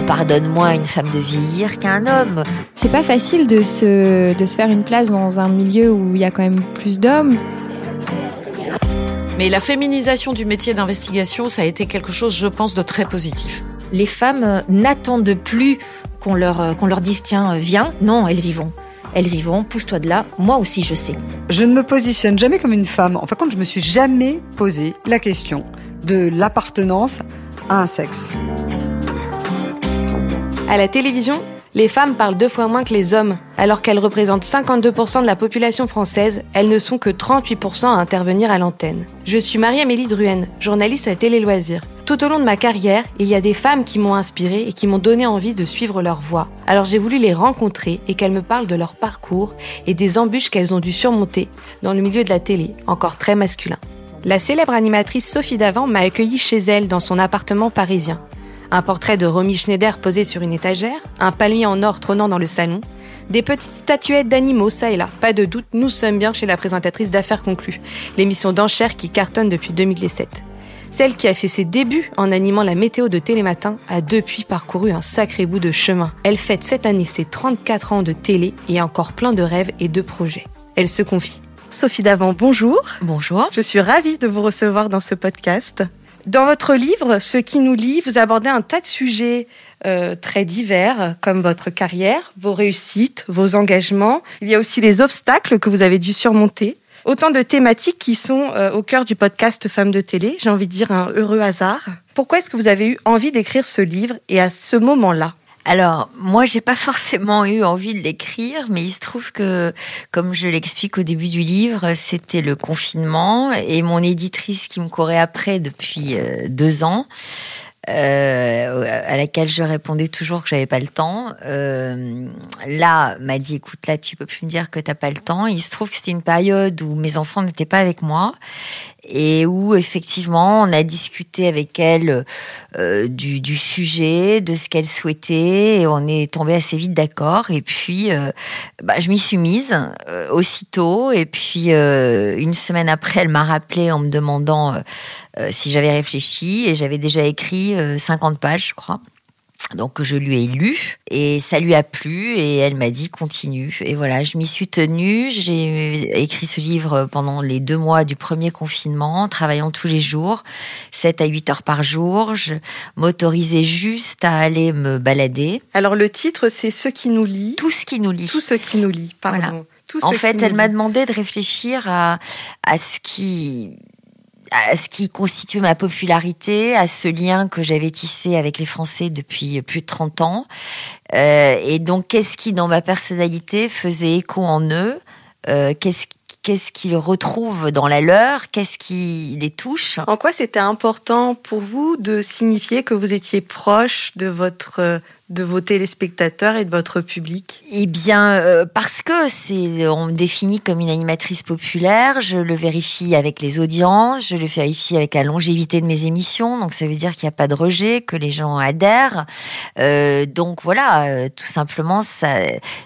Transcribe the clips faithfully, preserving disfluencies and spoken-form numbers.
pardonne moins à une femme de vieillir qu'à un homme. C'est pas facile de se, de se faire une place dans un milieu où il y a quand même plus d'hommes. Mais la féminisation du métier d'investigation, ça a été quelque chose, je pense, de très positif. Les femmes n'attendent plus qu'on leur, qu'on leur dise « tiens, viens ». Non, elles y vont. Elles y vont, pousse-toi de là, moi aussi je sais. Je ne me positionne jamais comme une femme. En fin de compte, je me suis jamais posé la question de l'appartenance à un sexe. À la télévision, les femmes parlent deux fois moins que les hommes. Alors qu'elles représentent cinquante-deux pour cent de la population française, elles ne sont que trente-huit pour cent à intervenir à l'antenne. Je suis Marie-Amélie Druhen, journaliste à Télé Loisirs. Tout au long de ma carrière, il y a des femmes qui m'ont inspirée et qui m'ont donné envie de suivre leur voie. Alors j'ai voulu les rencontrer et qu'elles me parlent de leur parcours et des embûches qu'elles ont dû surmonter dans le milieu de la télé, encore très masculin. La célèbre animatrice Sophie Davant m'a accueillie chez elle dans son appartement parisien. Un portrait de Romy Schneider posé sur une étagère, un palmier en or trônant dans le salon, des petites statuettes d'animaux ça et là. Pas de doute, nous sommes bien chez la présentatrice d'Affaires conclues, l'émission d'enchères qui cartonne depuis deux mille sept. Celle qui a fait ses débuts en animant la météo de Télématin a depuis parcouru un sacré bout de chemin. Elle fête cette année ses trente-quatre ans de télé et a encore plein de rêves et de projets. Elle se confie. Sophie Davant, bonjour. Bonjour. Je suis ravie de vous recevoir dans ce podcast. Dans votre livre, Ce qui nous lie, vous abordez un tas de sujets euh, très divers, comme votre carrière, vos réussites, vos engagements. Il y a aussi les obstacles que vous avez dû surmonter. Autant de thématiques qui sont euh, au cœur du podcast Femmes de télé. J'ai envie de dire un heureux hasard. Pourquoi est-ce que vous avez eu envie d'écrire ce livre et à ce moment-là ? Alors, moi, j'ai pas forcément eu envie de l'écrire, mais il se trouve que, comme je l'explique au début du livre, c'était le confinement et mon éditrice qui me courait après depuis euh, deux ans, euh, à laquelle je répondais toujours que j'avais pas le temps, euh, là, m'a dit, écoute, là, tu peux plus me dire que t'as pas le temps. Il se trouve que c'était une période où mes enfants n'étaient pas avec moi. Et où effectivement on a discuté avec elle euh, du, du sujet, de ce qu'elle souhaitait, et on est tombé assez vite d'accord. Et puis, euh, bah, je m'y suis mise euh, aussitôt. Et puis euh, une semaine après, elle m'a rappelé en me demandant euh, si j'avais réfléchi, et j'avais déjà écrit euh, cinquante pages, je crois. Donc je lui ai lu et ça lui a plu et elle m'a dit continue. Et voilà, je m'y suis tenue. J'ai écrit ce livre pendant les deux mois du premier confinement, travaillant tous les jours, sept à huit heures par jour. Je m'autorisais juste à aller me balader. Alors le titre, c'est Ce qui nous lie. Tout ce qui nous lie. Tout ce qui nous lie, pardon. Voilà. Tout en ce fait, qui elle nous m'a lie. demandé de réfléchir à, à ce qui... à ce qui constituait ma popularité, à ce lien que j'avais tissé avec les Français depuis plus de trente ans. Euh, et donc, qu'est-ce qui, dans ma personnalité, faisait écho en eux ? euh, Qu'est-ce Qu'est-ce qu'ils retrouvent dans la leur ? Qu'est-ce qui les touche ? En quoi c'était important pour vous de signifier que vous étiez proche de votre de vos téléspectateurs et de votre public ? Eh bien, euh, parce que c'est, on me définit comme une animatrice populaire, je le vérifie avec les audiences, je le vérifie avec la longévité de mes émissions, donc ça veut dire qu'il n'y a pas de rejet, que les gens adhèrent. Euh, donc voilà, euh, tout simplement, ça,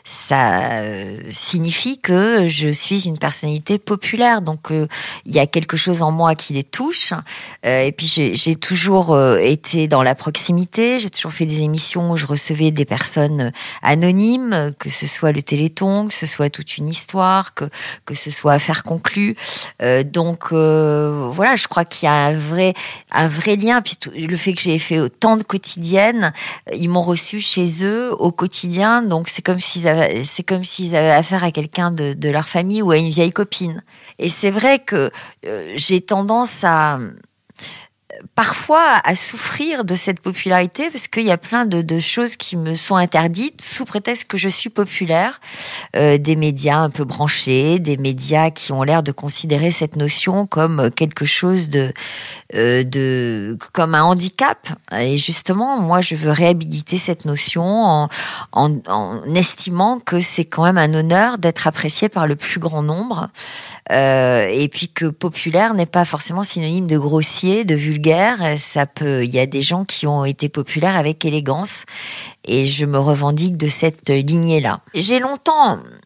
ça euh, signifie que je suis une personnalité populaire. Donc euh, il y a quelque chose en moi qui les touche. Euh, et puis j'ai, j'ai toujours euh, été dans la proximité, j'ai toujours fait des émissions où je recevais des personnes anonymes, que ce soit le Téléthon, que ce soit toute une histoire, que que ce soit Affaires conclues. Euh, donc euh, voilà, je crois qu'il y a un vrai un vrai lien. Puis tout, le fait que j'ai fait autant de quotidiennes, ils m'ont reçu chez eux au quotidien. Donc c'est comme s'ils avaient c'est comme s'ils avaient affaire à quelqu'un de de leur famille ou à une vieille copine. Et c'est vrai que euh, j'ai tendance à parfois à souffrir de cette popularité parce qu'il y a plein de, de choses qui me sont interdites sous prétexte que je suis populaire. Euh, des médias un peu branchés, des médias qui ont l'air de considérer cette notion comme quelque chose de, euh, de comme un handicap. Et justement, moi, je veux réhabiliter cette notion en, en, en estimant que c'est quand même un honneur d'être apprécié par le plus grand nombre. Euh, et puis que populaire n'est pas forcément synonyme de grossier, de vulgaire. Ça peut, il y a des gens qui ont été populaires avec élégance, et je me revendique de cette lignée-là. J'ai longtemps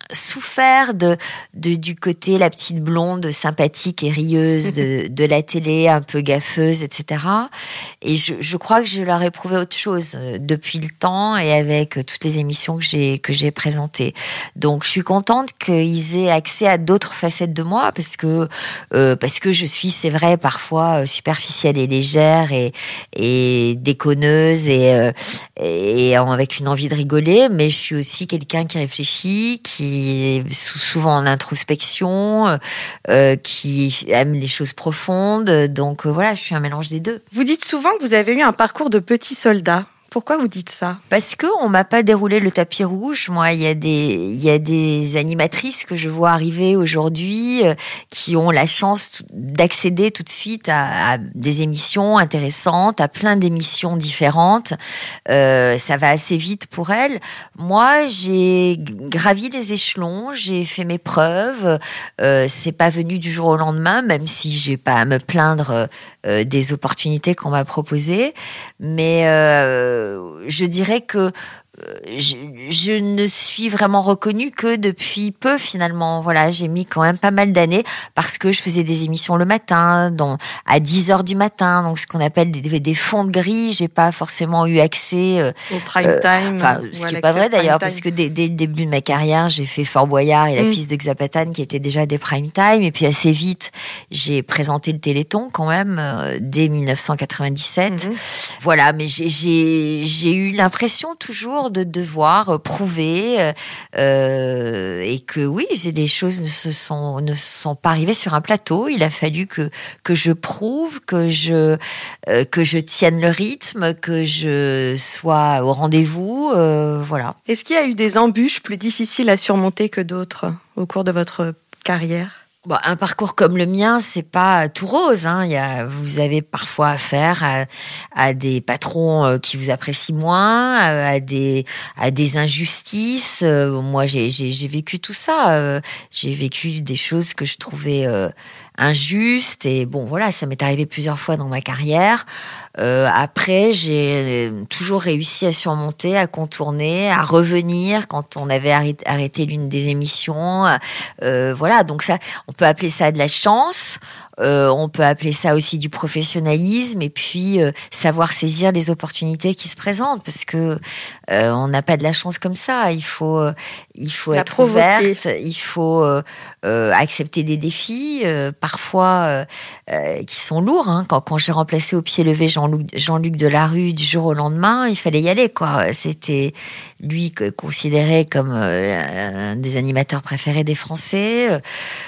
souffert de, de du côté la petite blonde sympathique et rieuse de, de la télé, un peu gaffeuse, et cetera. Et je, je crois que je leur ai prouvé autre chose depuis le temps et avec toutes les émissions que j'ai que j'ai présentées. Donc je suis contente qu'ils aient accès à d'autres facettes de moi parce que euh, parce que je suis, c'est vrai, parfois superficielle et légère et et déconneuse et euh, et avec une envie de rigoler, mais je suis aussi quelqu'un qui réfléchit, qui est souvent en introspection, euh, qui aime les choses profondes. Donc euh, voilà, je suis un mélange des deux. Vous dites souvent que vous avez eu un parcours de petit soldat. Pourquoi vous dites ça ? Parce que on m'a pas déroulé le tapis rouge. Moi, il y a des, il y a des animatrices que je vois arriver aujourd'hui euh, qui ont la chance d'accéder tout de suite à, à des émissions intéressantes, à plein d'émissions différentes. Euh, ça va assez vite pour elles. Moi, j'ai gravi les échelons, j'ai fait mes preuves. Euh, c'est pas venu du jour au lendemain, même si j'ai pas à me plaindre euh, des opportunités qu'on m'a proposées. Mais euh, je dirais que je, je ne suis vraiment reconnue que depuis peu finalement. Voilà, j'ai mis quand même pas mal d'années parce que je faisais des émissions le matin, donc à dix heures du matin, donc ce qu'on appelle des, des fonds de grille. J'ai pas forcément eu accès euh, au prime time. Enfin, euh, ce qui est pas vrai d'ailleurs, parce que dès, dès le début de ma carrière, j'ai fait Fort Boyard et la mm. piste de Xapatan qui étaient déjà des prime time. Et puis assez vite, j'ai présenté le Téléthon quand même euh, dès dix-neuf cent quatre-vingt-dix-sept. Mm-hmm. Voilà, mais j'ai, j'ai, j'ai eu l'impression toujours de devoir prouver euh, et que oui, les choses ne se sont ne sont pas arrivées sur un plateau. Il a fallu que que je prouve, que je euh, que je tienne le rythme, que je sois au rendez-vous. Euh, voilà. Est-ce qu'il y a eu des embûches plus difficiles à surmonter que d'autres au cours de votre carrière ? Bon, un parcours comme le mien, c'est pas tout rose. Hein. Il y a, vous avez parfois affaire à, à des patrons qui vous apprécient moins, à des, à des injustices. Moi, j'ai, j'ai, j'ai vécu tout ça. J'ai vécu des choses que je trouvais euh, injustes. Et bon, voilà, ça m'est arrivé plusieurs fois dans ma carrière. Euh, après, j'ai toujours réussi à surmonter, à contourner, à revenir quand on avait arrêté, arrêté l'une des émissions. Euh, voilà, donc ça, on peut appeler ça de la chance. Euh, on peut appeler ça aussi du professionnalisme et puis euh, savoir saisir les opportunités qui se présentent parce que euh, on n'a pas de la chance comme ça. Il faut, euh, il faut la être provoquer. ouverte, il faut euh, euh, accepter des défis, euh, parfois euh, euh, qui sont lourds. Hein. Quand, quand j'ai remplacé au pied levé Jean-Luc, Jean-Luc Delarue du jour au lendemain, il fallait y aller, quoi. C'était lui considéré comme euh, un des animateurs préférés des Français.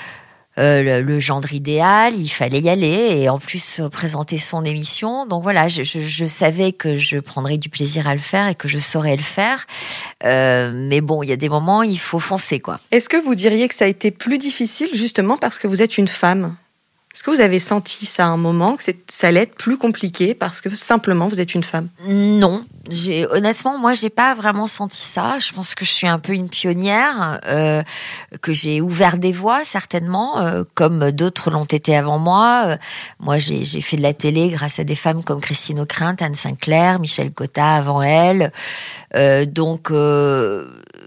Euh, le, le gendre idéal, il fallait y aller et en plus euh, présenter son émission. Donc voilà, je, je, je savais que je prendrais du plaisir à le faire et que je saurais le faire. Euh, mais bon, il y a des moments, il faut foncer, quoi. Est-ce que vous diriez que ça a été plus difficile justement parce que vous êtes une femme ? Est-ce que vous avez senti ça à un moment, que c'est, ça allait être plus compliqué parce que simplement vous êtes une femme ? Non. J'ai, honnêtement, moi, j'ai pas vraiment senti ça. Je pense que je suis un peu une pionnière, euh, que j'ai ouvert des voies, certainement, euh, comme d'autres l'ont été avant moi. Euh, moi, j'ai, j'ai fait de la télé grâce à des femmes comme Christine O'Krent, Anne Sinclair, Michel Cotta avant elle. Euh, donc... Euh,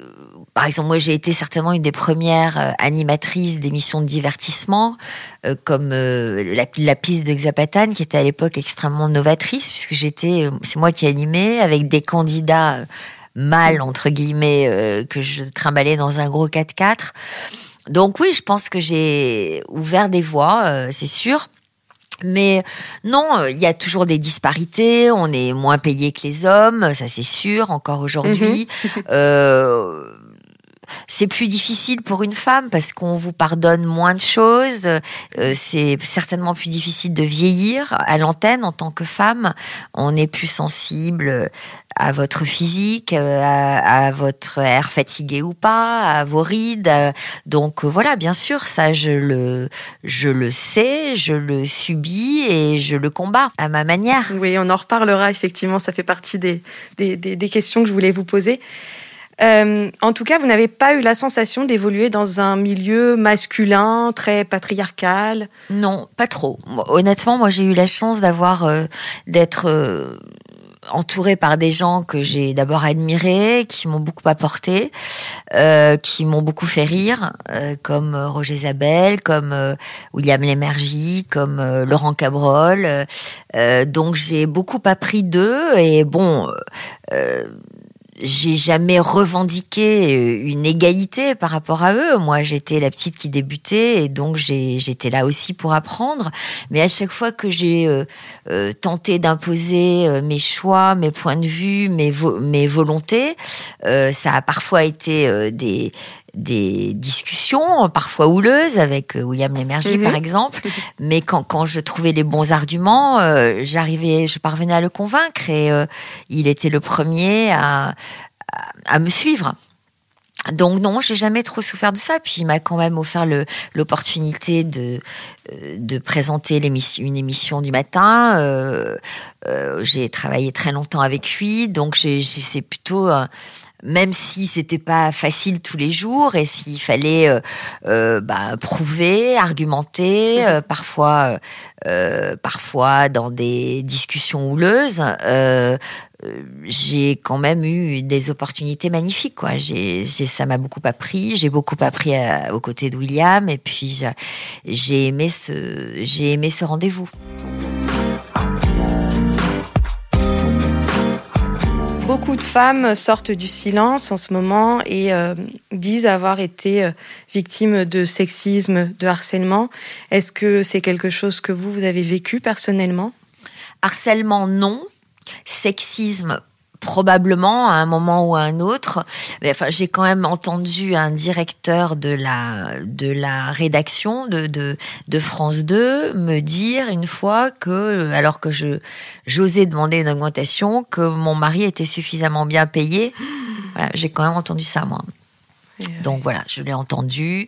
Par exemple, moi, j'ai été certainement une des premières euh, animatrices d'émissions de divertissement, euh, comme euh, la, la piste de Xapatan, qui était à l'époque extrêmement novatrice, puisque j'étais, euh, c'est moi qui animais, avec des candidats euh, mâles, entre guillemets, euh, que je trimballais dans un gros quatre-quatre. Donc oui, je pense que j'ai ouvert des voies, euh, c'est sûr. Mais non, il y a toujours des disparités, on est moins payé que les hommes, ça c'est sûr, encore aujourd'hui. Mmh. Euh, c'est plus difficile pour une femme parce qu'on vous pardonne moins de choses. Euh, c'est certainement plus difficile de vieillir à l'antenne en tant que femme. On est plus sensible à votre physique, à, à votre air fatigué ou pas, à vos rides. Donc voilà, bien sûr, ça je le, je le sais, je le subis et je le combats à ma manière. Oui, on en reparlera effectivement, ça fait partie des, des, des, des questions que je voulais vous poser. Euh, en tout cas, vous n'avez pas eu la sensation d'évoluer dans un milieu masculin, très patriarcal ? Non, pas trop. Honnêtement, moi j'ai eu la chance d'avoir, euh, d'être... Euh, entourée par des gens que j'ai d'abord admirés, qui m'ont beaucoup apporté, euh, qui m'ont beaucoup fait rire, euh, comme Roger Zabel, comme euh, William Lémergie, comme euh, Laurent Cabrol. Euh, donc j'ai beaucoup appris d'eux et bon. Euh, J'ai jamais revendiqué une égalité par rapport à eux. Moi, j'étais la petite qui débutait et donc j'ai, j'étais là aussi pour apprendre. Mais à chaque fois que j'ai euh, euh, tenté d'imposer euh, mes choix, mes points de vue, mes, vo- mes volontés, euh, ça a parfois été euh, des des discussions parfois houleuses avec William Lémergie, mmh. par exemple. Mais quand, quand je trouvais les bons arguments, euh, j'arrivais, je parvenais à le convaincre et euh, il était le premier à, à, à me suivre. Donc non, j'ai jamais trop souffert de ça. Puis il m'a quand même offert le, l'opportunité de de présenter l'émission, une émission du matin. Euh, euh, j'ai travaillé très longtemps avec lui, donc j'ai, j'ai, c'est plutôt un, même si c'était pas facile tous les jours et s'il fallait euh, euh, bah, prouver, argumenter, euh, parfois, euh, parfois dans des discussions houleuses, euh, j'ai quand même eu des opportunités magnifiques, quoi. J'ai, j'ai, ça m'a beaucoup appris. J'ai beaucoup appris à, aux côtés de William et puis j'ai, j'ai aimé ce, j'ai aimé ce rendez-vous. Beaucoup de femmes sortent du silence en ce moment et euh, disent avoir été euh, victimes de sexisme, de harcèlement. Est-ce que c'est quelque chose que vous, vous avez vécu personnellement ? Harcèlement, non. Sexisme, probablement, à un moment ou à un autre. Mais enfin, j'ai quand même entendu un directeur de la, de la rédaction de, de, de France deux me dire une fois que, alors que je, j'osais demander une augmentation, que mon mari était suffisamment bien payé. Voilà, j'ai quand même entendu ça, moi. Donc voilà, je l'ai entendu.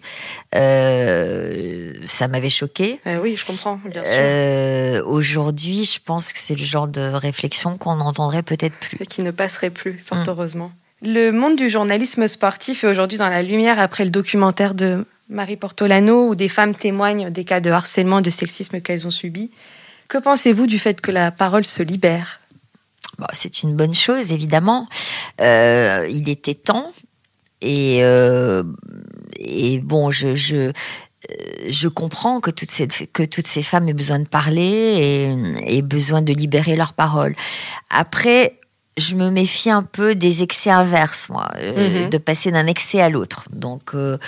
Euh, ça m'avait choquée. Euh, oui, je comprends, bien sûr. Euh, aujourd'hui, je pense que c'est le genre de réflexion qu'on n'entendrait peut-être plus. Et qui ne passerait plus, fort mmh. heureusement. Le monde du journalisme sportif est aujourd'hui dans la lumière après le documentaire de Marie Portolano où des femmes témoignent des cas de harcèlement, de sexisme qu'elles ont subis. Que pensez-vous du fait que la parole se libère ? Bon, c'est une bonne chose, évidemment. Euh, il était temps. Et, euh, et bon, je, je, je comprends que toutes, ces, que toutes ces femmes aient besoin de parler et aient besoin de libérer leur parole. Après, je me méfie un peu des excès inverses, moi, euh, mm-hmm. de passer d'un excès à l'autre. Donc, euh,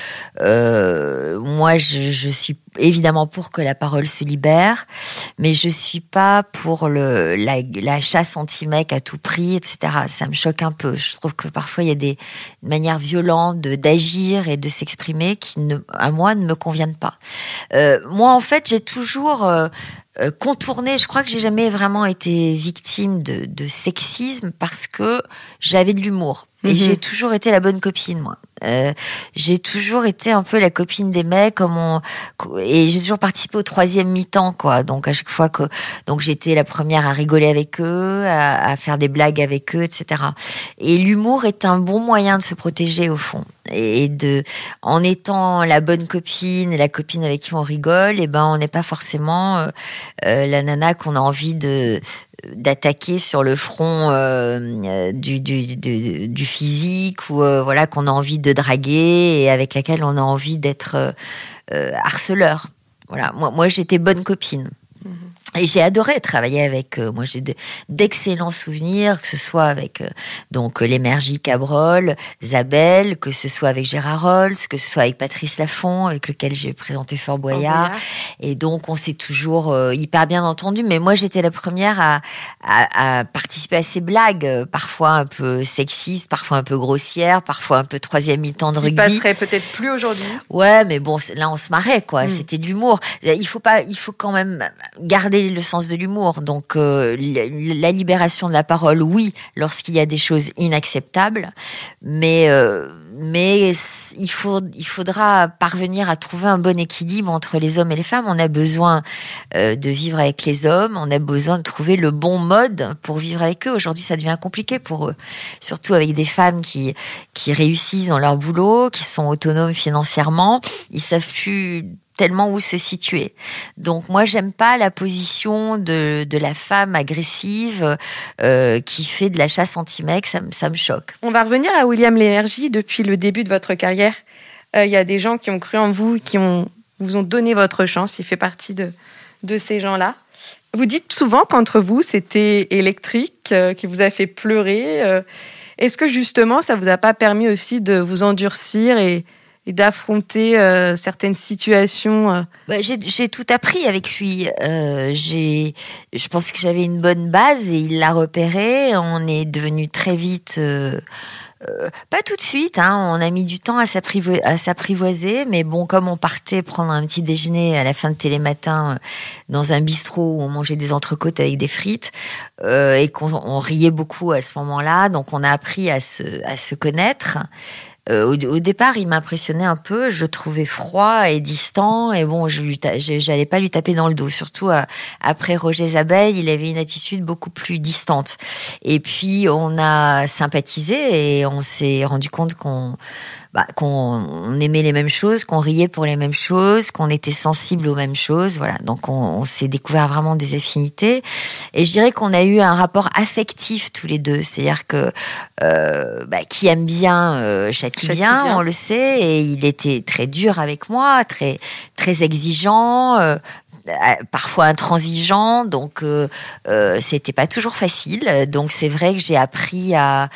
euh, moi, je, je suis évidemment pour que la parole se libère, mais je suis pas pour le, la, la chasse anti-mec à tout prix, et cetera. Ça me choque un peu. Je trouve que parfois, il y a des manières violentes de, d'agir et de s'exprimer qui, ne, à moi, ne me conviennent pas. Euh, moi, en fait, j'ai toujours... Euh, contourner, je crois que j'ai jamais vraiment été victime de, de sexisme parce que j'avais de l'humour. Et mmh. j'ai toujours été la bonne copine, moi. Euh, j'ai toujours été un peu la copine des mecs, comme on, et j'ai toujours participé au troisième mi-temps, quoi. Donc à chaque fois que, donc j'étais la première à rigoler avec eux, à, à faire des blagues avec eux, et cetera. Et l'humour est un bon moyen de se protéger au fond, et de, en étant la bonne copine, la copine avec qui on rigole, et ben on n'est pas forcément euh, euh, la nana qu'on a envie de d'attaquer sur le front euh, du, du, du, du physique ou euh, voilà qu'on a envie de draguer et avec laquelle on a envie d'être euh, euh, harceleur. Voilà, moi, moi j'étais bonne copine. Mmh. Et j'ai adoré travailler avec euh, moi j'ai de, d'excellents souvenirs, que ce soit avec euh, donc Lémergie, Cabrol, Zabel, que ce soit avec Gérard Rolls, que ce soit avec Patrice Laffont, avec lequel j'ai présenté Fort Boyard. Oh, et donc on s'est toujours euh, hyper bien entendu. Mais moi j'étais la première à, à, à participer à ces blagues, euh, parfois un peu sexistes, parfois un peu grossières, parfois un peu troisième mi-temps de Qui rugby. passerait peut-être plus aujourd'hui. Ouais, mais bon, là on se marrait quoi. Mm. C'était de l'humour. Il faut pas, il faut quand même garder le sens de l'humour. Donc euh, la libération de la parole, oui, lorsqu'il y a des choses inacceptables, mais euh, mais il faut il faudra parvenir à trouver un bon équilibre entre les hommes et les femmes. On a besoin euh, de vivre avec les hommes, on a besoin de trouver le bon mode pour vivre avec eux. Aujourd'hui, ça devient compliqué pour eux, surtout avec des femmes qui qui réussissent dans leur boulot, qui sont autonomes financièrement. Ils savent plus tellement où se situer. Donc moi, j'aime pas la position de, de la femme agressive euh, qui fait de la chasse anti-mec, ça, me- ça me choque. On va revenir à William Lémergie. Depuis le début de votre carrière, il euh, y a des gens qui ont cru en vous, qui ont, vous ont donné votre chance. Il fait partie de, de ces gens-là. Vous dites souvent qu'entre vous, c'était électrique, euh, qui vous a fait pleurer. Euh, est-ce que justement, ça vous a pas permis aussi de vous endurcir et et d'affronter euh, certaines situations euh... Bah, j'ai, j'ai tout appris avec lui. Euh, j'ai, je pense que j'avais une bonne base et il l'a repéré. On est devenu très vite, euh, euh, pas tout de suite. Hein, on a mis du temps à, s'apprivo- à s'apprivoiser, mais bon, comme on partait prendre un petit déjeuner à la fin de Télématin euh, dans un bistrot où on mangeait des entrecôtes avec des frites euh, et qu'on on riait beaucoup à ce moment-là, donc on a appris à se, à se connaître. Euh, au, au départ, il m'impressionnait un peu. Je le trouvais froid et distant. Et bon, je lui ta- je- j'allais pas lui taper dans le dos. Surtout euh, après Roger Zabel, il avait une attitude beaucoup plus distante. Et puis, on a sympathisé et on s'est rendu compte qu'on bah, qu'on on aimait les mêmes choses, qu'on riait pour les mêmes choses, qu'on était sensible aux mêmes choses. Voilà. Donc, on, on s'est découvert vraiment des affinités. Et je dirais qu'on a eu un rapport affectif tous les deux. C'est-à-dire que euh, bah, qui aime bien euh, châtie, Châtie bien, bien. on le sait. Et il était très dur avec moi, très très exigeant. Euh, parfois intransigeant, donc euh, euh, c'était pas toujours facile. Donc c'est vrai que j'ai appris à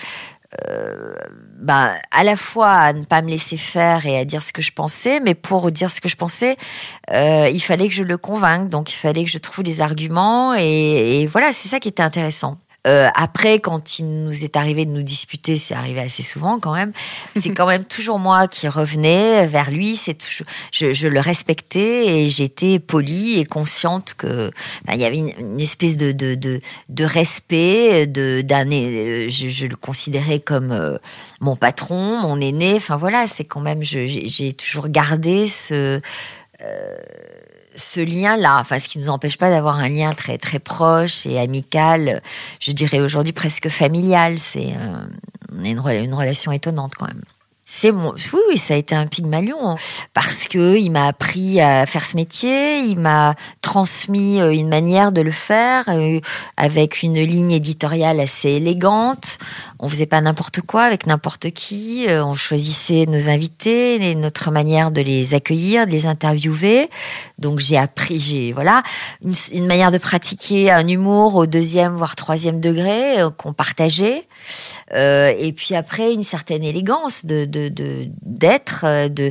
euh, ben, à la fois à ne pas me laisser faire et à dire ce que je pensais, mais pour dire ce que je pensais, euh, il fallait que je le convainque, donc il fallait que je trouve les arguments, et, et voilà, c'est ça qui était intéressant. Euh, après, quand il nous est arrivé de nous disputer, c'est arrivé assez souvent quand même, c'est quand même toujours moi qui revenais vers lui, c'est toujours, je, je le respectais et j'étais polie et consciente que ben, il y avait une, une espèce de, de, de, de respect, de, d'un, je, je le considérais comme euh, mon patron, mon aîné, enfin voilà, c'est quand même, je, j'ai, j'ai toujours gardé ce... Euh, ce lien-là, enfin, ce qui ne nous empêche pas d'avoir un lien très très proche et amical, je dirais aujourd'hui presque familial. C'est euh, on a une, une relation étonnante quand même. C'est mon, oui, oui, ça a été un Pygmalion parce que il m'a appris à faire ce métier, il m'a transmis une manière de le faire euh, avec une ligne éditoriale assez élégante. On faisait pas n'importe quoi avec n'importe qui, euh, on choisissait nos invités, les, notre manière de les accueillir, de les interviewer. Donc j'ai appris, j'ai voilà une, une manière de pratiquer un humour au deuxième voire troisième degré euh, qu'on partageait. Euh, et puis après une certaine élégance de, de, de d'être, de,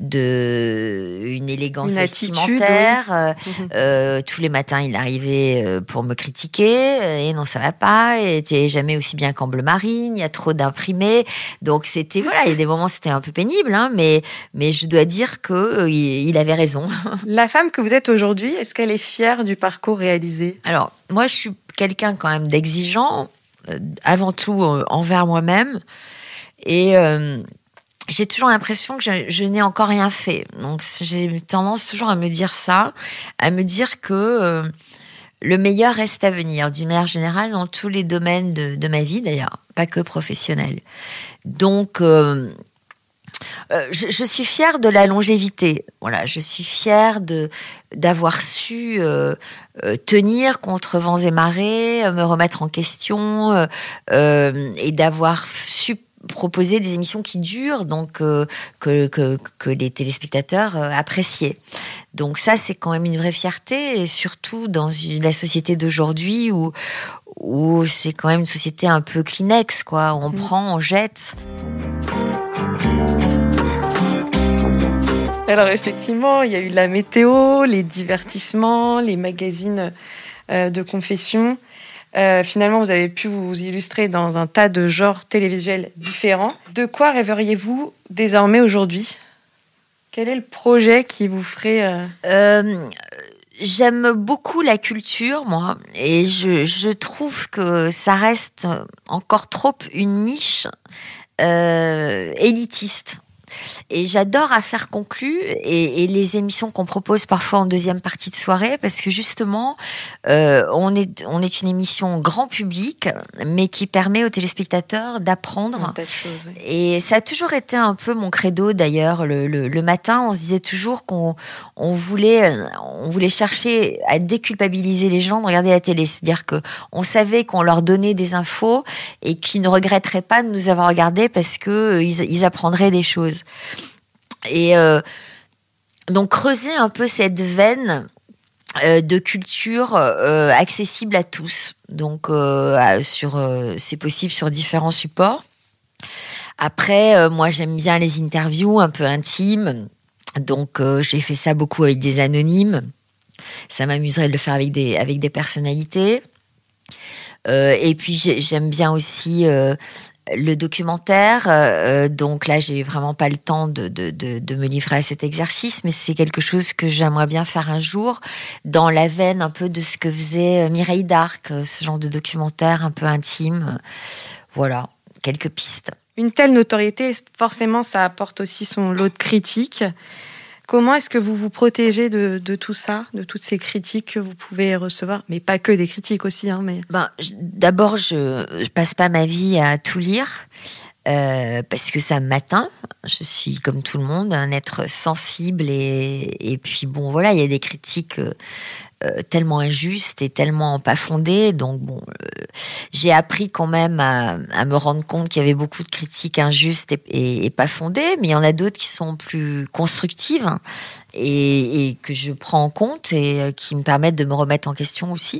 de une élégance Une vestimentaire. attitude, oui. euh, euh, tous les matins, il arrivait pour me critiquer. Et non, ça va pas. Et t'es jamais aussi bien qu'en bleu marine. Il y a trop d'imprimés. Donc c'était voilà, il y a des moments c'était un peu pénible, hein, mais mais je dois dire que euh, il, il avait raison. La femme que vous êtes aujourd'hui, est-ce qu'elle est fière du parcours réalisé ? Alors moi, je suis quelqu'un quand même d'exigeant. Avant tout euh, envers moi-même, et euh, j'ai toujours l'impression que je, je n'ai encore rien fait. Donc j'ai tendance toujours à me dire ça, à me dire que euh, le meilleur reste à venir, d'une manière générale, dans tous les domaines de, de ma vie d'ailleurs, pas que professionnel. Donc euh, Euh, je, je suis fière de la longévité. Voilà, je suis fière de d'avoir su euh, euh, tenir contre vents et marées, euh, me remettre en question euh, euh, et d'avoir su proposer des émissions qui durent, donc euh, que, que que les téléspectateurs euh, appréciaient. Donc ça, c'est quand même une vraie fierté, et surtout dans une, la société d'aujourd'hui où où c'est quand même une société un peu Kleenex, quoi. On mmh. prend, on jette. Alors effectivement, il y a eu la météo, les divertissements, les magazines euh, de confession. Euh, finalement, vous avez pu vous illustrer dans un tas de genres télévisuels différents. De quoi rêveriez-vous désormais aujourd'hui ? Quel est le projet qui vous ferait... Euh... Euh, j'aime beaucoup la culture, moi, et je, je trouve que ça reste encore trop une niche euh, élitiste. Et j'adore Affaires conclues et, et les émissions qu'on propose parfois en deuxième partie de soirée, parce que justement, euh, on est on est une émission grand public, mais qui permet aux téléspectateurs d'apprendre. Choses, oui. Et ça a toujours été un peu mon credo d'ailleurs. Le, le, le matin, on se disait toujours qu'on on voulait on voulait chercher à déculpabiliser les gens de regarder la télé, c'est-à-dire que on savait qu'on leur donnait des infos et qu'ils ne regretteraient pas de nous avoir regardé parce que euh, ils, ils apprendraient des choses. Et euh, donc creuser un peu cette veine euh, de culture euh, accessible à tous. Donc euh, sur, euh, c'est possible sur différents supports. Après, euh, moi j'aime bien les interviews un peu intimes. Donc euh, j'ai fait ça beaucoup avec des anonymes. Ça m'amuserait de le faire avec des, avec des personnalités. Euh, et puis j'aime bien aussi euh, le documentaire, euh, donc là j'ai vraiment pas le temps de, de, de, de me livrer à cet exercice, mais c'est quelque chose que j'aimerais bien faire un jour, dans la veine un peu de ce que faisait Mireille d'Arc, ce genre de documentaire un peu intime. Voilà, quelques pistes. Une telle notoriété, forcément, ça apporte aussi son lot de critiques. Comment est-ce que vous vous protégez de, de tout ça, de toutes ces critiques que vous pouvez recevoir, mais pas que des critiques aussi, hein, mais... Ben, je, d'abord, je, je passe pas ma vie à tout lire, euh, parce que ça m'atteint. Je suis, comme tout le monde, un être sensible et, et puis bon, voilà, il y a des critiques euh, euh, tellement injustes et tellement pas fondées, donc bon, euh, j'ai appris quand même à, à me rendre compte qu'il y avait beaucoup de critiques injustes et, et, et pas fondées, mais il y en a d'autres qui sont plus constructives et, et que je prends en compte et qui me permettent de me remettre en question aussi.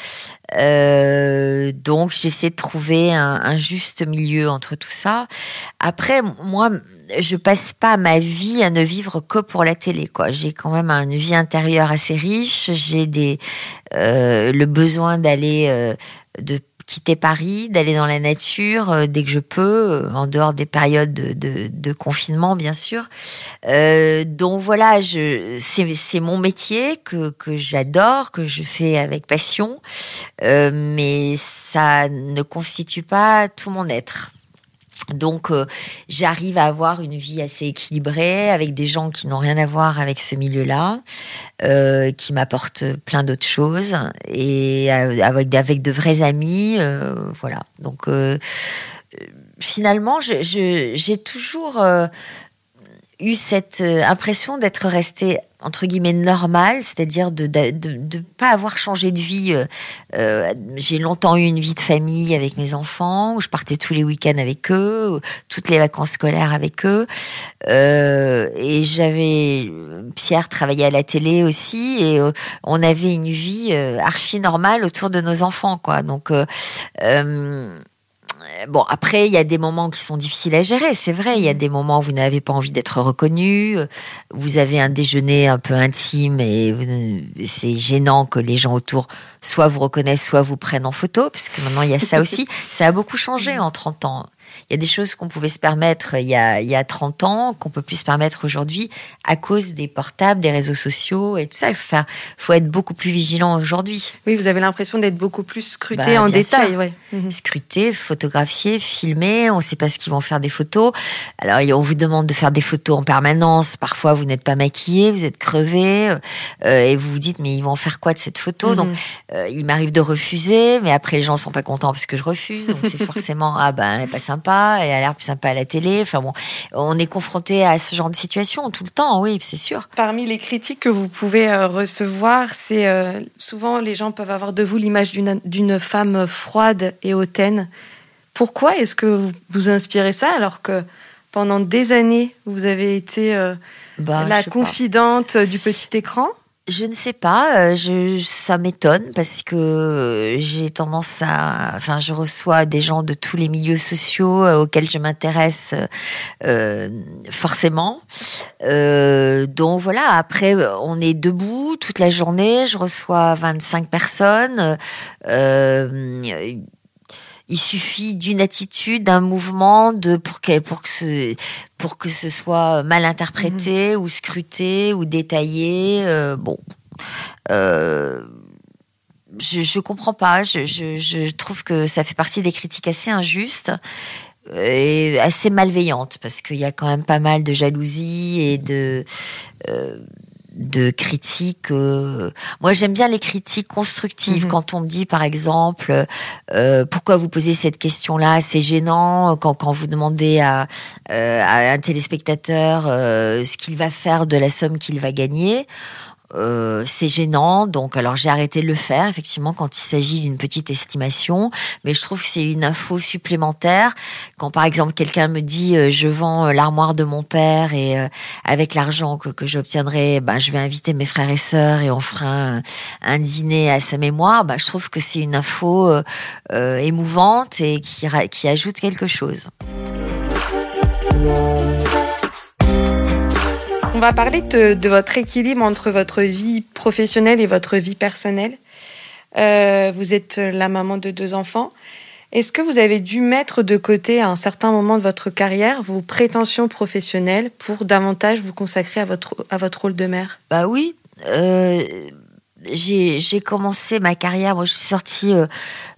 Euh, donc j'essaie de trouver un, un juste milieu entre tout ça. Après, moi, je passe pas ma vie à ne vivre que pour la télé, quoi. J'ai quand même une vie intérieure assez riche. J'ai des euh, le besoin d'aller euh, de quitter Paris, d'aller dans la nature euh, dès que je peux, euh, en dehors des périodes de, de, de confinement, bien sûr. Euh, donc voilà, je, c'est, c'est mon métier que, que j'adore, que je fais avec passion, euh, mais ça ne constitue pas tout mon être. Donc, euh, j'arrive à avoir une vie assez équilibrée avec des gens qui n'ont rien à voir avec ce milieu-là, euh, qui m'apportent plein d'autres choses et avec, avec de vrais amis, euh, voilà. Donc, euh, finalement, je, je, j'ai toujours euh, eu cette impression d'être restée entre guillemets normale, c'est-à-dire de de, de de pas avoir changé de vie. Euh, j'ai longtemps eu une vie de famille avec mes enfants, où je partais tous les week-ends avec eux, toutes les vacances scolaires avec eux. Euh, et j'avais Pierre travaillait à la télé aussi, et euh, on avait une vie euh, archi normale autour de nos enfants, quoi. Donc euh, euh, Bon, après, il y a des moments qui sont difficiles à gérer, c'est vrai. Il y a des moments où vous n'avez pas envie d'être reconnu. Vous avez un déjeuner un peu intime et c'est gênant que les gens autour soit vous reconnaissent, soit vous prennent en photo, parce que maintenant, il y a ça aussi. Ça a beaucoup changé en trente ans. Il y a des choses qu'on pouvait se permettre il y a, il y a trente ans, qu'on peut plus se permettre aujourd'hui à cause des portables, des réseaux sociaux et tout ça. Il faut, faire, faut être beaucoup plus vigilant aujourd'hui. Oui, vous avez l'impression d'être beaucoup plus scruté bah, en bien détail. Sûr. Ouais. Mmh. Scruté, photographié, filmé. On ne sait pas ce qu'ils vont faire des photos. Alors, on vous demande de faire des photos en permanence. Parfois, vous n'êtes pas maquillé, vous êtes crevé. Euh, et vous vous dites, mais ils vont faire quoi de cette photo ? Mmh. Donc, euh, il m'arrive de refuser. Mais après, les gens ne sont pas contents parce que je refuse. Donc, c'est forcément, ah ben, elle n'est pas sympa. Elle a l'air plus sympa à la télé. Enfin bon, on est confronté à ce genre de situation tout le temps, oui, c'est sûr. Parmi les critiques que vous pouvez euh, recevoir, c'est euh, souvent les gens peuvent avoir de vous l'image d'une, d'une femme froide et hautaine. Pourquoi est-ce que vous, vous inspirez ça alors que pendant des années, vous avez été euh, bah, la confidente pas. du petit écran ? Je ne sais pas, je, ça m'étonne parce que j'ai tendance à... Enfin, je reçois des gens de tous les milieux sociaux auxquels je m'intéresse euh, forcément. Euh, donc voilà, après, on est debout toute la journée, je reçois vingt-cinq personnes. Euh, il suffit d'une attitude, d'un mouvement de, pour, que, pour, que ce, pour que ce soit mal interprété mmh. ou scruté ou détaillé. Euh, bon, euh, je, je comprends pas. Je, je, je trouve que ça fait partie des critiques assez injustes. est assez malveillante parce qu'il y a quand même pas mal de jalousie et de euh, de critiques. Euh... Moi, j'aime bien les critiques constructives. Mmh. Quand on me dit, par exemple, euh, pourquoi vous posez cette question-là, c'est gênant. Quand, quand vous demandez à, euh, à un téléspectateur euh, ce qu'il va faire de la somme qu'il va gagner. Euh, c'est gênant, donc alors j'ai arrêté de le faire effectivement quand il s'agit d'une petite estimation, mais je trouve que c'est une info supplémentaire. Quand par exemple quelqu'un me dit euh, je vends euh, l'armoire de mon père et euh, avec l'argent que, que j'obtiendrai, ben je vais inviter mes frères et sœurs et on fera un, un dîner à sa mémoire. Ben je trouve que c'est une info euh, euh, émouvante et qui qui ajoute quelque chose. On va parler de, de votre équilibre entre votre vie professionnelle et votre vie personnelle. Euh, vous êtes la maman de deux enfants. Est-ce que vous avez dû mettre de côté à un certain moment de votre carrière vos prétentions professionnelles pour davantage vous consacrer à votre, à votre rôle de mère ? Bah oui. Euh, j'ai, j'ai commencé ma carrière. Moi, je suis sortie euh,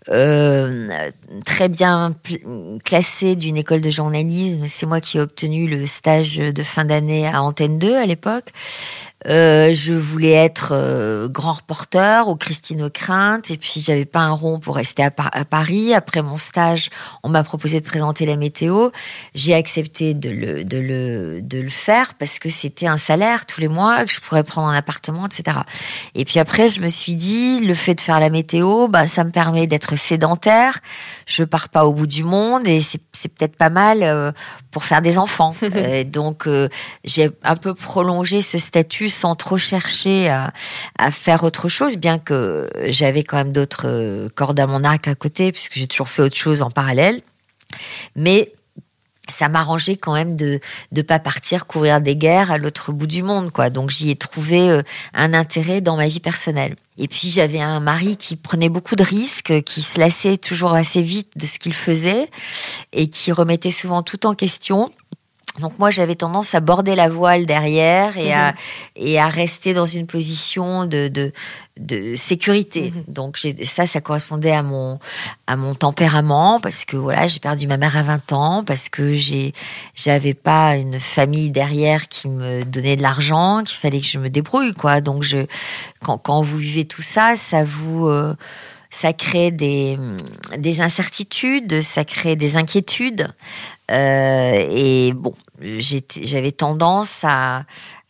euh, très bien pl- classée d'une école de journalisme. C'est moi qui ai obtenu le stage de fin d'année à Antenne deux à l'époque. Euh, je voulais être euh, grand reporter au Christine O'Crinte et puis j'avais pas un rond pour rester à, Par- à Paris. Après mon stage, on m'a proposé de présenter la météo. J'ai accepté de le, de le, de le faire parce que c'était un salaire tous les mois, que je pourrais prendre un appartement, et cetera. Et puis après, je me suis dit, le fait de faire la météo, bah, ça me permet d'être sédentaire. Je pars pas au bout du monde et c'est, c'est peut-être pas mal euh, pour faire des enfants. euh, donc, euh, j'ai un peu prolongé ce statut sans trop chercher à, à faire autre chose, bien que j'avais quand même d'autres cordes à mon arc à côté, puisque j'ai toujours fait autre chose en parallèle. Mais ça m'arrangeait quand même de de pas partir courir des guerres à l'autre bout du monde, quoi. Donc j'y ai trouvé un intérêt dans ma vie personnelle. Et puis j'avais un mari qui prenait beaucoup de risques, qui se lassait toujours assez vite de ce qu'il faisait et qui remettait souvent tout en question. Donc moi j'avais tendance à border la voile derrière et à mmh. et à rester dans une position de de de sécurité. Mmh. Donc j'ai, ça ça correspondait à mon à mon tempérament parce que voilà, j'ai perdu ma mère à vingt ans, parce que j'ai j'avais pas une famille derrière qui me donnait de l'argent, qu'il fallait que je me débrouille, quoi. Donc je quand quand vous vivez tout ça, ça vous euh, ça crée des, des incertitudes, ça crée des inquiétudes. Euh, et bon, j'étais, j'avais tendance à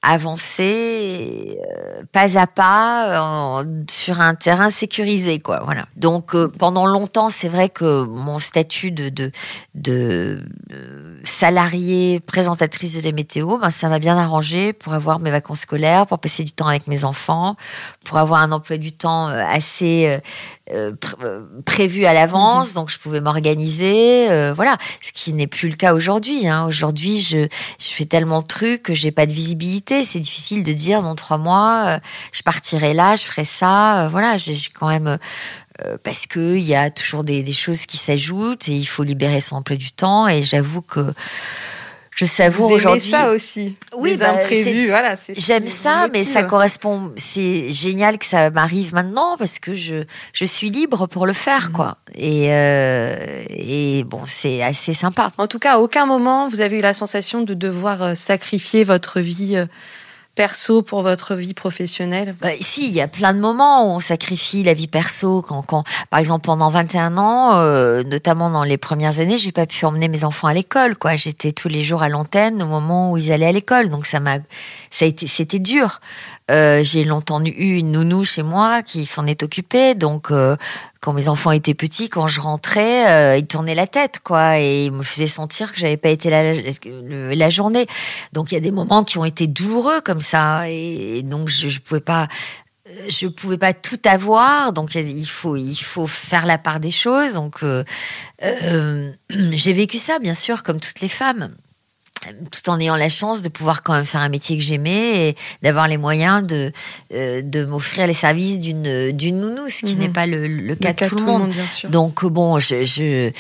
avancer euh, pas à pas en, sur un terrain sécurisé, quoi. Voilà. Donc euh, pendant longtemps, c'est vrai que mon statut de de, de euh, salariée présentatrice de la météo, ben ça m'a bien arrangé pour avoir mes vacances scolaires, pour passer du temps avec mes enfants, pour avoir un emploi du temps assez euh, pr- prévu à l'avance, mmh. donc je pouvais m'organiser. Euh, voilà, ce qui n'est plus le cas aujourd'hui. Hein. Aujourd'hui, je je fais tellement de trucs que j'ai pas de visibilité. C'est difficile de dire dans trois mois, euh, je partirai là, je ferai ça. Euh, voilà, j'ai, j'ai quand même euh, parce que il y a toujours des, des choses qui s'ajoutent et il faut libérer son emploi du temps. Et j'avoue que je savoure Vous aimez aujourd'hui. ça aussi. Oui, les bah, imprévus, voilà. C'est j'aime ça, mais ça correspond. C'est génial que ça m'arrive maintenant parce que je je suis libre pour le faire, mmh. quoi. Et euh, et bon, c'est assez sympa. En tout cas, à aucun moment vous avez eu la sensation de devoir sacrifier votre vie perso pour votre vie professionnelle. Bah, si, il y a plein de moments où on sacrifie la vie perso. Quand, quand, par exemple, pendant vingt et un ans, euh, notamment dans les premières années, j'ai pas pu emmener mes enfants à l'école, quoi. J'étais tous les jours à l'antenne au moment où ils allaient à l'école, donc ça m'a, ça a été, c'était dur. Euh, j'ai longtemps eu une nounou chez moi qui s'en est occupée, donc euh, quand mes enfants étaient petits, quand je rentrais, euh, ils tournaient la tête, quoi, et ils me faisaient sentir que j'avais pas été là la, la journée. Donc il y a des moments qui ont été douloureux comme ça, et, et donc je, je pouvais pas, je pouvais pas tout avoir. Donc il faut, il faut faire la part des choses. Donc euh, euh, j'ai vécu ça, bien sûr, comme toutes les femmes, tout en ayant la chance de pouvoir quand même faire un métier que j'aimais et d'avoir les moyens de euh, de m'offrir les services d'une d'une nounou, ce qui mmh. n'est pas le, le cas de tout le monde. bien sûr. Donc bon, je, je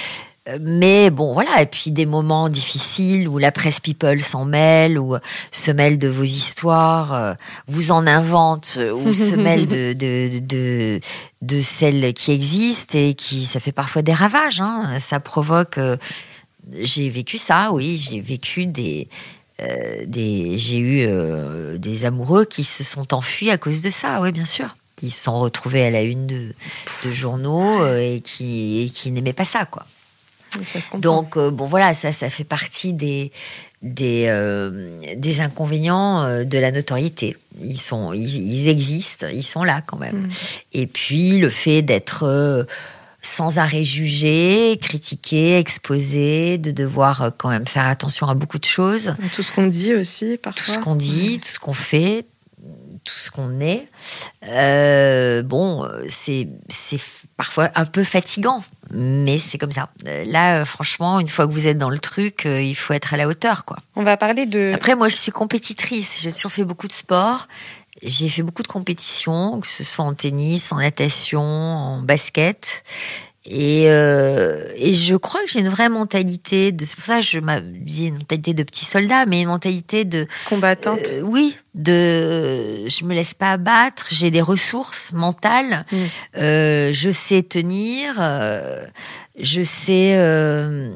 mais bon voilà, et puis des moments difficiles où la presse people s'en mêle, ou se mêle de vos histoires, euh, vous en invente, ou se mêle de de de de celles qui existent et qui ça fait parfois des ravages. Hein. Ça provoque euh, j'ai vécu ça, oui. J'ai vécu des... Euh, des j'ai eu euh, des amoureux qui se sont enfuis à cause de ça, oui, bien sûr. Qui se sont retrouvés à la une de, de journaux euh, et qui, et qui n'aimaient pas ça, quoi. Ça se comprend. Donc, euh, bon, voilà, ça, ça fait partie des, des, euh, des inconvénients euh, de la notoriété. Ils, sont, ils, ils existent, ils sont là quand même. Mmh. Et puis, le fait d'être... Euh, sans arrêt jugé, critiqué, exposé, de devoir quand même faire attention à beaucoup de choses. Tout ce qu'on dit aussi, parfois. Tout ce qu'on dit, tout ce qu'on fait, tout ce qu'on est. Euh, bon, c'est, c'est parfois un peu fatigant, mais c'est comme ça. Là, franchement, une fois que vous êtes dans le truc, il faut être à la hauteur, quoi. On va parler de... Après, moi, je suis compétitrice. J'ai toujours fait beaucoup de sport. J'ai fait beaucoup de compétitions, que ce soit en tennis, en natation, en basket. Et, euh, et je crois que j'ai une vraie mentalité de, c'est pour ça que je dis une mentalité de petit soldat, mais une mentalité de combattante. Euh, oui, de je me laisse pas abattre, j'ai des ressources mentales, mmh. euh, je sais tenir, euh, je sais. Euh,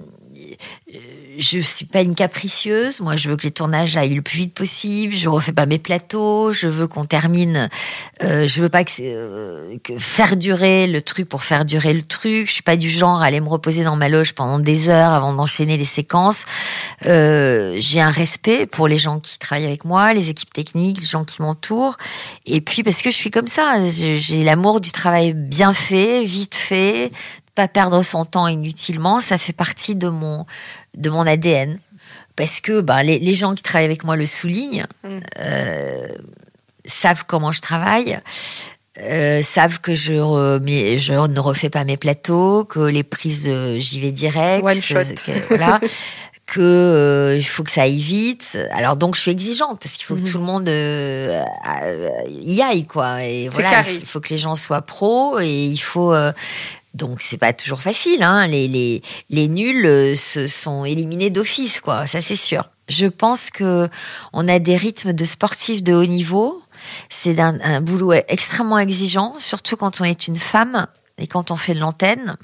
Je suis pas une capricieuse. Moi, je veux que les tournages aillent le plus vite possible. Je refais pas mes plateaux. Je veux qu'on termine. Euh, je veux pas que, euh, que faire durer le truc pour faire durer le truc. Je suis pas du genre à aller me reposer dans ma loge pendant des heures avant d'enchaîner les séquences. Euh, j'ai un respect pour les gens qui travaillent avec moi, les équipes techniques, les gens qui m'entourent. Et puis parce que je suis comme ça, j'ai l'amour du travail bien fait, vite fait. Pas perdre son temps inutilement, ça fait partie de mon de mon A D N. Parce que bah, les, les gens qui travaillent avec moi le soulignent, mmh. euh, savent comment je travaille, euh, savent que je, re, je ne refais pas mes plateaux, que les prises, euh, j'y vais direct. One shot. Que, voilà. que euh, il faut que ça aille vite. Alors donc je suis exigeante parce qu'il faut mmh. que tout le monde euh, y aille, quoi. Et c'est voilà, carré. Il faut que les gens soient pros et il faut... Euh, Donc, c'est pas toujours facile, hein. Les, les, les nuls euh, se sont éliminés d'office, quoi. Ça, c'est sûr. Je pense que on a des rythmes de sportifs de haut niveau. C'est un, un boulot extrêmement exigeant, surtout quand on est une femme et quand on fait de l'antenne.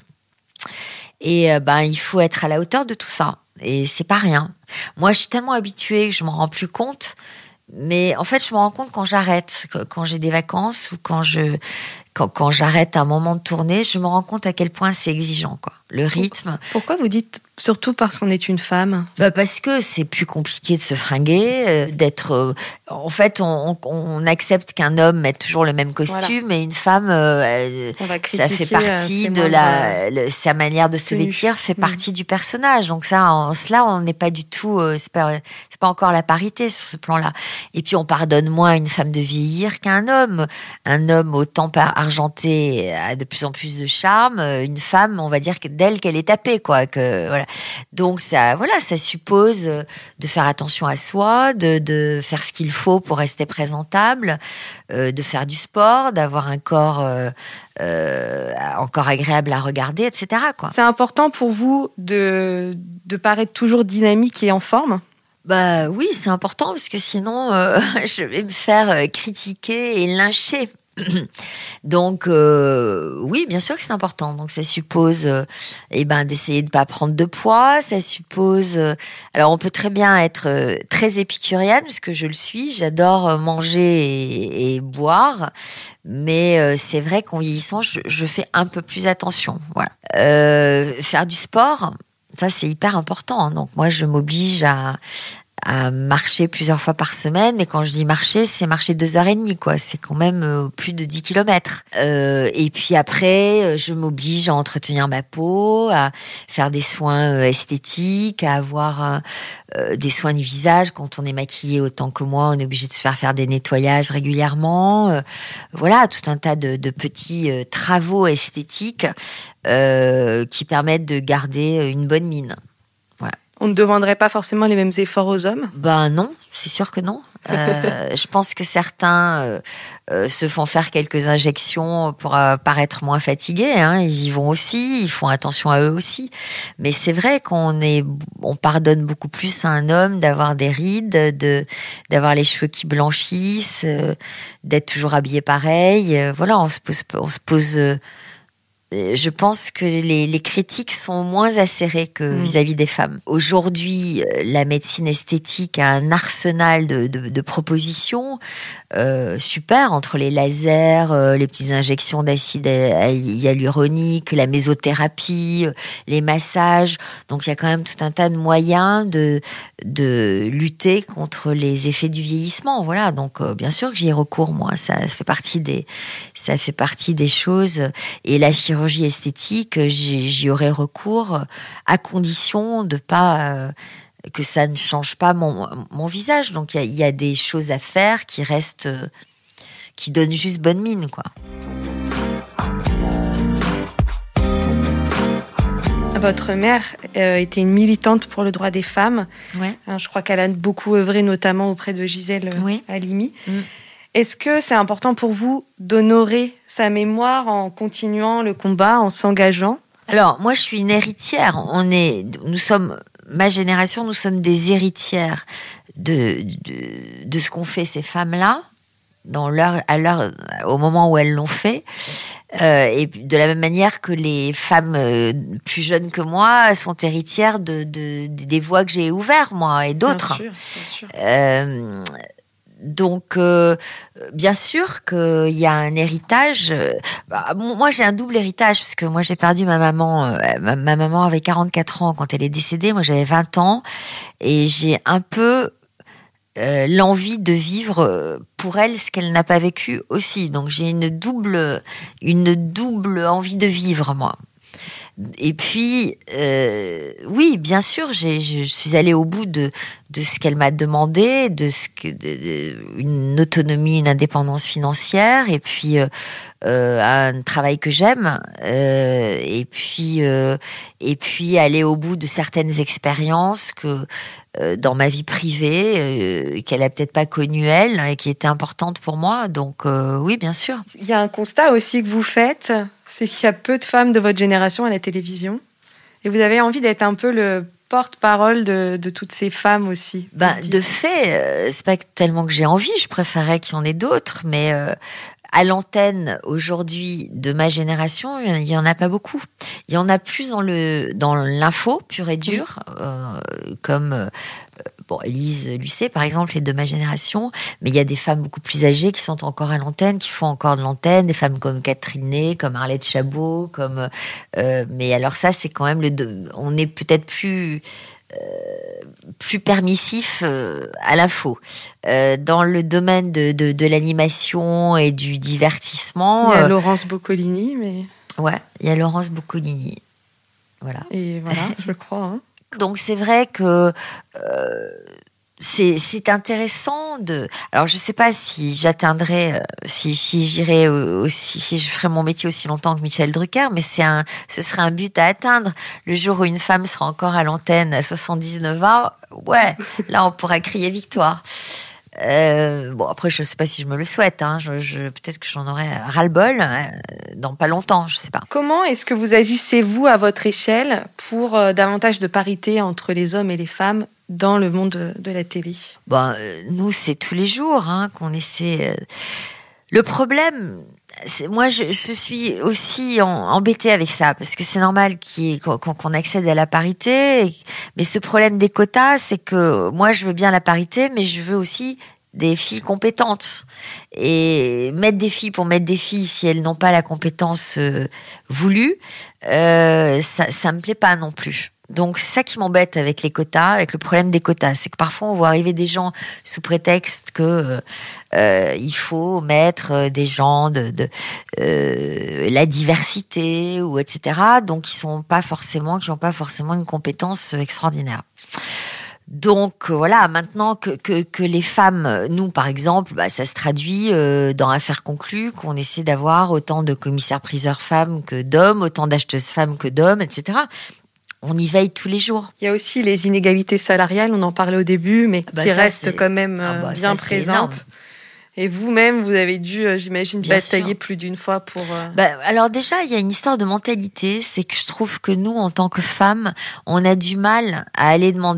Et euh, ben, il faut être à la hauteur de tout ça. Et c'est pas rien. Moi, je suis tellement habituée que je m'en rends plus compte. Mais en fait, je me rends compte quand j'arrête, quand j'ai des vacances ou quand je, quand, quand j'arrête un moment de tournée, je me rends compte à quel point c'est exigeant, quoi. Le rythme. Pourquoi vous dites surtout parce qu'on est une femme ? Bah parce que c'est plus compliqué de se fringuer, euh, d'être. Euh, en fait, on, on, on accepte qu'un homme mette toujours le même costume, voilà. Et une femme, euh, elle, on va ça fait partie de la, le, sa manière de se tenue. Vêtir fait mmh. partie du personnage. Donc ça, en cela, on n'est pas du tout. Euh, c'est pas, c'est pas encore la parité sur ce plan-là. Et puis on pardonne moins à une femme de vieillir qu'à un homme. Un homme autant argenté a de plus en plus de charme. Une femme, on va dire que d'elle qu'elle est tapée, quoi. Que voilà. Donc ça, voilà, ça suppose de faire attention à soi, de, de faire ce qu'il faut pour rester présentable, euh, de faire du sport, d'avoir un corps euh, euh, encore agréable à regarder, et cetera, quoi. C'est important pour vous de de paraître toujours dynamique et en forme ? Bah oui, c'est important parce que sinon euh, je vais me faire critiquer et lyncher. Donc euh, oui, bien sûr que c'est important. Donc ça suppose euh, eh ben d'essayer de pas prendre de poids, ça suppose euh, alors on peut très bien être euh, très épicurienne parce que je le suis, j'adore manger et, et boire, mais euh, c'est vrai qu'en vieillissant, je, je fais un peu plus attention, voilà. Euh, faire du sport, ça c'est hyper important, hein. Donc moi je m'oblige à à marcher plusieurs fois par semaine, mais quand je dis marcher, c'est marcher deux heures et demie, quoi. C'est quand même euh, plus de dix kilomètres. Euh, et puis après, je m'oblige à entretenir ma peau, à faire des soins euh, esthétiques, à avoir euh, des soins du visage. Quand on est maquillé autant que moi, on est obligé de se faire faire des nettoyages régulièrement. Euh, voilà, tout un tas de, de petits euh, travaux esthétiques euh, qui permettent de garder une bonne mine. Voilà. On ne demanderait pas forcément les mêmes efforts aux hommes ? Ben non, c'est sûr que non. Euh, je pense que certains euh, euh, se font faire quelques injections pour euh, paraître moins fatigués, hein. Ils y vont aussi, ils font attention à eux aussi. Mais c'est vrai qu'on est, on pardonne beaucoup plus à un homme d'avoir des rides, de d'avoir les cheveux qui blanchissent, euh, d'être toujours habillé pareil. Euh, voilà, on se pose, on se pose. Euh, je pense que les, les critiques sont moins acérées que mmh. vis-à-vis des femmes. Aujourd'hui, la médecine esthétique a un arsenal de, de, de propositions euh, super, entre les lasers, euh, les petites injections d'acide hyaluronique, la mésothérapie, les massages. Donc il y a quand même tout un tas de moyens de, de lutter contre les effets du vieillissement. Voilà, donc euh, bien sûr que j'y ai recours, moi. Ça, ça fait partie des, ça fait partie des choses. Et la chirurgie chirurgie esthétique, j'y, j'y aurais recours à condition de pas euh, que ça ne change pas mon, mon visage. Donc il y, y a des choses à faire qui restent, euh, qui donnent juste bonne mine, quoi. Votre mère euh, était une militante pour le droit des femmes. Ouais. Hein, je crois qu'elle a beaucoup œuvré, notamment auprès de Gisèle oui. Halimi. Mm. Est-ce que c'est important pour vous d'honorer sa mémoire en continuant le combat, en s'engageant ? Alors, moi, je suis une héritière. On est, nous sommes, ma génération, nous sommes des héritières de, de, de ce qu'ont fait ces femmes-là, dans leur, à leur, au moment où elles l'ont fait. Euh, et de la même manière que les femmes euh, plus jeunes que moi sont héritières de, de, des voies que j'ai ouvertes, moi, et d'autres. Bien sûr, bien sûr. Euh, Donc, euh, bien sûr qu'il y a un héritage. Bah, moi, j'ai un double héritage parce que moi, j'ai perdu ma maman. Euh, ma, ma maman avait quarante-quatre ans quand elle est décédée. Moi, j'avais vingt ans et j'ai un peu euh, l'envie de vivre pour elle ce qu'elle n'a pas vécu aussi. Donc, j'ai une double, une double envie de vivre, moi. Et puis, euh, oui, bien sûr, j'ai, je suis allée au bout de, de ce qu'elle m'a demandé, de ce que, de, de, une autonomie, une indépendance financière, et puis euh, euh, un travail que j'aime, euh, et puis euh, et puis aller au bout de certaines expériences que euh, dans ma vie privée, euh, qu'elle a peut-être pas connues elle, et qui étaient importantes pour moi. Donc euh, oui, bien sûr. Il y a un constat aussi que vous faites. C'est qu'il y a peu de femmes de votre génération à la télévision. Et vous avez envie d'être un peu le porte-parole de, de toutes ces femmes aussi. Ben, de fait, euh, c'est pas tellement que j'ai envie, je préférerais qu'il y en ait d'autres, mais euh, à l'antenne, aujourd'hui, de ma génération, il y en a pas beaucoup. Il y en a plus dans, le, dans l'info, pure et dure, oui. euh, comme... Euh, Bon, Lise Lucet, par exemple, est de ma génération, mais il y a des femmes beaucoup plus âgées qui sont encore à l'antenne, qui font encore de l'antenne, des femmes comme Catherine Ney, comme Arlette Chabot, comme. Euh, mais alors ça, c'est quand même le. On est peut-être plus. Euh, plus permissif euh, à l'info. Euh, dans le domaine de, de, de l'animation et du divertissement. Il y a euh, Laurence Boccolini, mais. Ouais, il y a Laurence Boccolini. Voilà. Et voilà, je crois. Hein. Donc c'est vrai que euh, c'est, c'est intéressant de. Alors je sais pas si j'atteindrai, euh, si, si j'irai aussi, si je ferai mon métier aussi longtemps que Michel Drucker, mais c'est un, ce serait un but à atteindre. Le jour où une femme sera encore à l'antenne à soixante-dix-neuf ans, ouais, là on pourra crier victoire. Euh, bon après je sais pas si je me le souhaite, hein. je, je, peut-être que j'en aurai ras-le-bol hein, dans pas longtemps, je sais pas. Comment est-ce que vous agissez vous à votre échelle pour euh, davantage de parité entre les hommes et les femmes dans le monde de, de la télé? Bon, euh, nous c'est tous les jours hein, qu'on essaie. Euh... Le problème, c'est, moi je, je suis aussi en, embêtée avec ça parce que c'est normal qu'il, qu'on, qu'on accède à la parité, et, mais ce problème des quotas, c'est que moi je veux bien la parité, mais je veux aussi des filles compétentes. Et mettre des filles pour mettre des filles si elles n'ont pas la compétence euh, voulue, euh, ça, ça me plaît pas non plus. Donc c'est ça qui m'embête avec les quotas, avec le problème des quotas, c'est que parfois on voit arriver des gens sous prétexte que euh, il faut mettre des gens de, de euh, la diversité ou et cetera. Donc qui sont pas forcément, qui n'ont pas forcément une compétence extraordinaire. Donc voilà, maintenant que, que, que les femmes, nous par exemple, bah, ça se traduit euh, dans Affaires conclues, qu'on essaie d'avoir autant de commissaires-priseurs femmes que d'hommes, autant d'acheteuses femmes que d'hommes, et cetera. On y veille tous les jours. Il y a aussi les inégalités salariales, on en parlait au début, mais bah qui ça, restent c'est... quand même ah bah, bien ça, présentes. Et vous-même, vous avez dû, j'imagine, bien batailler sûr. Plus d'une fois pour... Euh... Bah, alors déjà, il y a une histoire de mentalité, c'est que je trouve que nous, en tant que femmes, on a du mal à aller demander.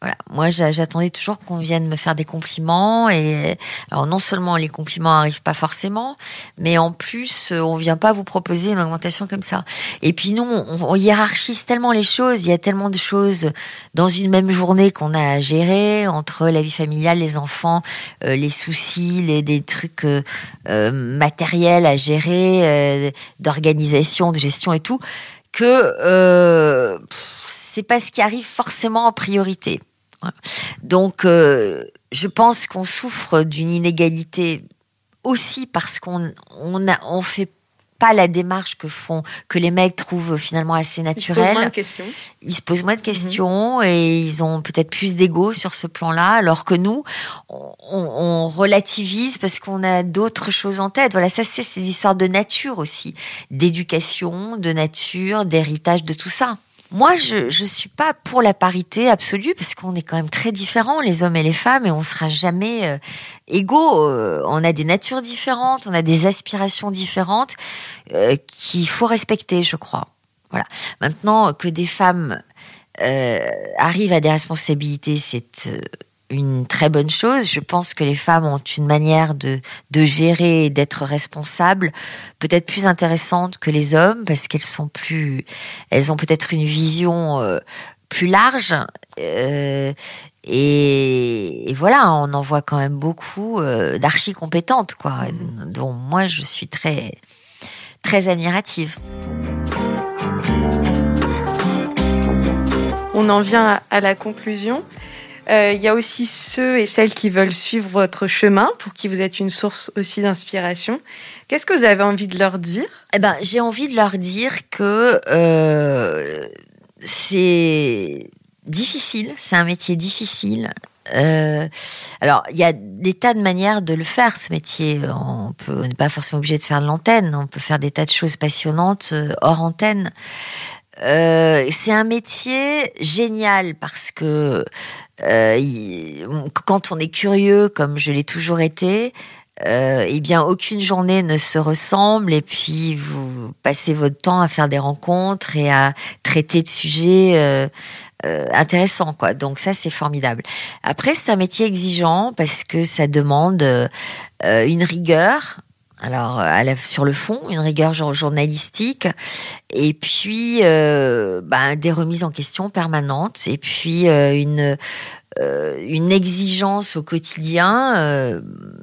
Voilà. Moi, j'attendais toujours qu'on vienne me faire des compliments. Et alors, non seulement les compliments n'arrivent pas forcément, mais en plus, on vient pas vous proposer une augmentation comme ça. Et puis nous, on, on hiérarchise tellement les choses. Il y a tellement de choses dans une même journée qu'on a à gérer entre la vie familiale, les enfants, euh, les soucis, les des trucs euh, euh, matériels à gérer, euh, d'organisation, de gestion et tout, que euh, c'est pas ce qui arrive forcément en priorité. Donc, euh, je pense qu'on souffre d'une inégalité aussi parce qu'on on a, on fait pas la démarche que font, que les mecs trouvent finalement assez naturelle. Ils se posent moins de questions. Ils se posent moins de questions mmh. et ils ont peut-être plus d'ego sur ce plan-là, alors que nous, on, on relativise parce qu'on a d'autres choses en tête. Voilà, ça c'est ces histoires de nature aussi, d'éducation, de nature, d'héritage, de tout ça. Moi, je je suis pas pour la parité absolue parce qu'on est quand même très différents, les hommes et les femmes, et on sera jamais euh, égaux. Euh, on a des natures différentes, on a des aspirations différentes euh, qu'il faut respecter, je crois. Voilà. Maintenant, que des femmes euh, arrivent à des responsabilités, c'est euh, une très bonne chose. Je pense que les femmes ont une manière de, de gérer et d'être responsables peut-être plus intéressante que les hommes parce qu'elles sont plus, elles ont peut-être une vision euh, plus large euh, et, et voilà, on en voit quand même beaucoup euh, d'archi compétentes quoi, mmh. dont moi je suis très très admirative. On en vient à la conclusion. Il euh, y a aussi ceux et celles qui veulent suivre votre chemin, pour qui vous êtes une source aussi d'inspiration. Qu'est-ce que vous avez envie de leur dire ? Eh ben, j'ai envie de leur dire que euh, c'est difficile, c'est un métier difficile. Euh, alors, il y a des tas de manières de le faire, ce métier. On peut, on n'est pas forcément obligé de faire de l'antenne. On peut faire des tas de choses passionnantes hors antenne. Euh, c'est un métier génial parce que euh, il, quand on est curieux, comme je l'ai toujours été, euh, eh bien aucune journée ne se ressemble. Et puis vous passez votre temps à faire des rencontres et à traiter de sujets euh, euh, intéressants, quoi. Donc ça, c'est formidable. Après, c'est un métier exigeant parce que ça demande euh, une rigueur. Alors, à la, sur le fond, une rigueur journalistique, et puis euh, bah, des remises en question permanentes, et puis euh, une euh, une exigence au quotidien euh,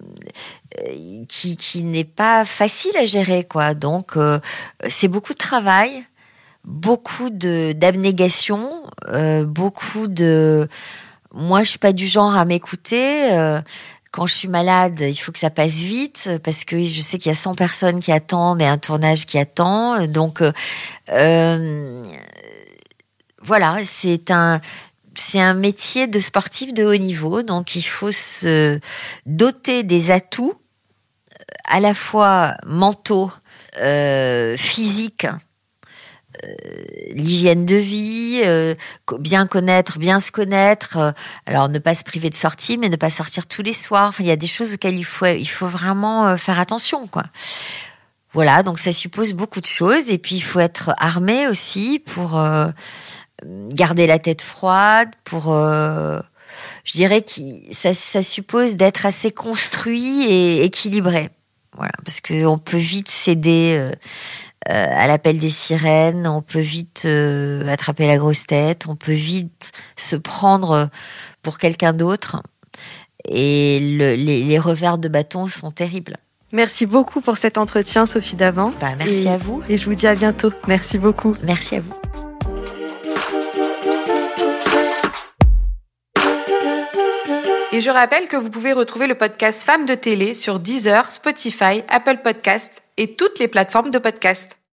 qui qui n'est pas facile à gérer, quoi. Donc, euh, c'est beaucoup de travail, beaucoup de d'abnégation, euh, beaucoup de. Moi, je suis pas du genre à m'écouter. Euh, Quand je suis malade, il faut que ça passe vite parce que je sais qu'il y a cent personnes qui attendent et un tournage qui attend. Donc, euh, voilà, c'est un, c'est un métier de sportif de haut niveau. Donc, il faut se doter des atouts à la fois mentaux, euh, physiques, Euh, l'hygiène de vie, euh, bien connaître, bien se connaître. Euh, alors ne pas se priver de sortie, mais ne pas sortir tous les soirs. Enfin, il y a des choses auxquelles il faut, il faut vraiment euh, faire attention, quoi. Voilà, donc ça suppose beaucoup de choses. Et puis il faut être armé aussi pour euh, garder la tête froide, pour euh, je dirais que ça, ça suppose d'être assez construit et équilibré. Voilà, parce que on peut vite céder. Euh, Euh, à l'appel des sirènes, on peut vite euh, attraper la grosse tête, on peut vite se prendre pour quelqu'un d'autre, et le, les, les revers de bâton sont terribles. Merci beaucoup pour cet entretien, Sophie Davant. Bah, merci et, à vous. Et je vous dis à bientôt. Merci beaucoup. Merci à vous. Et je rappelle que vous pouvez retrouver le podcast Femmes de télé sur Deezer, Spotify, Apple Podcasts et toutes les plateformes de podcast.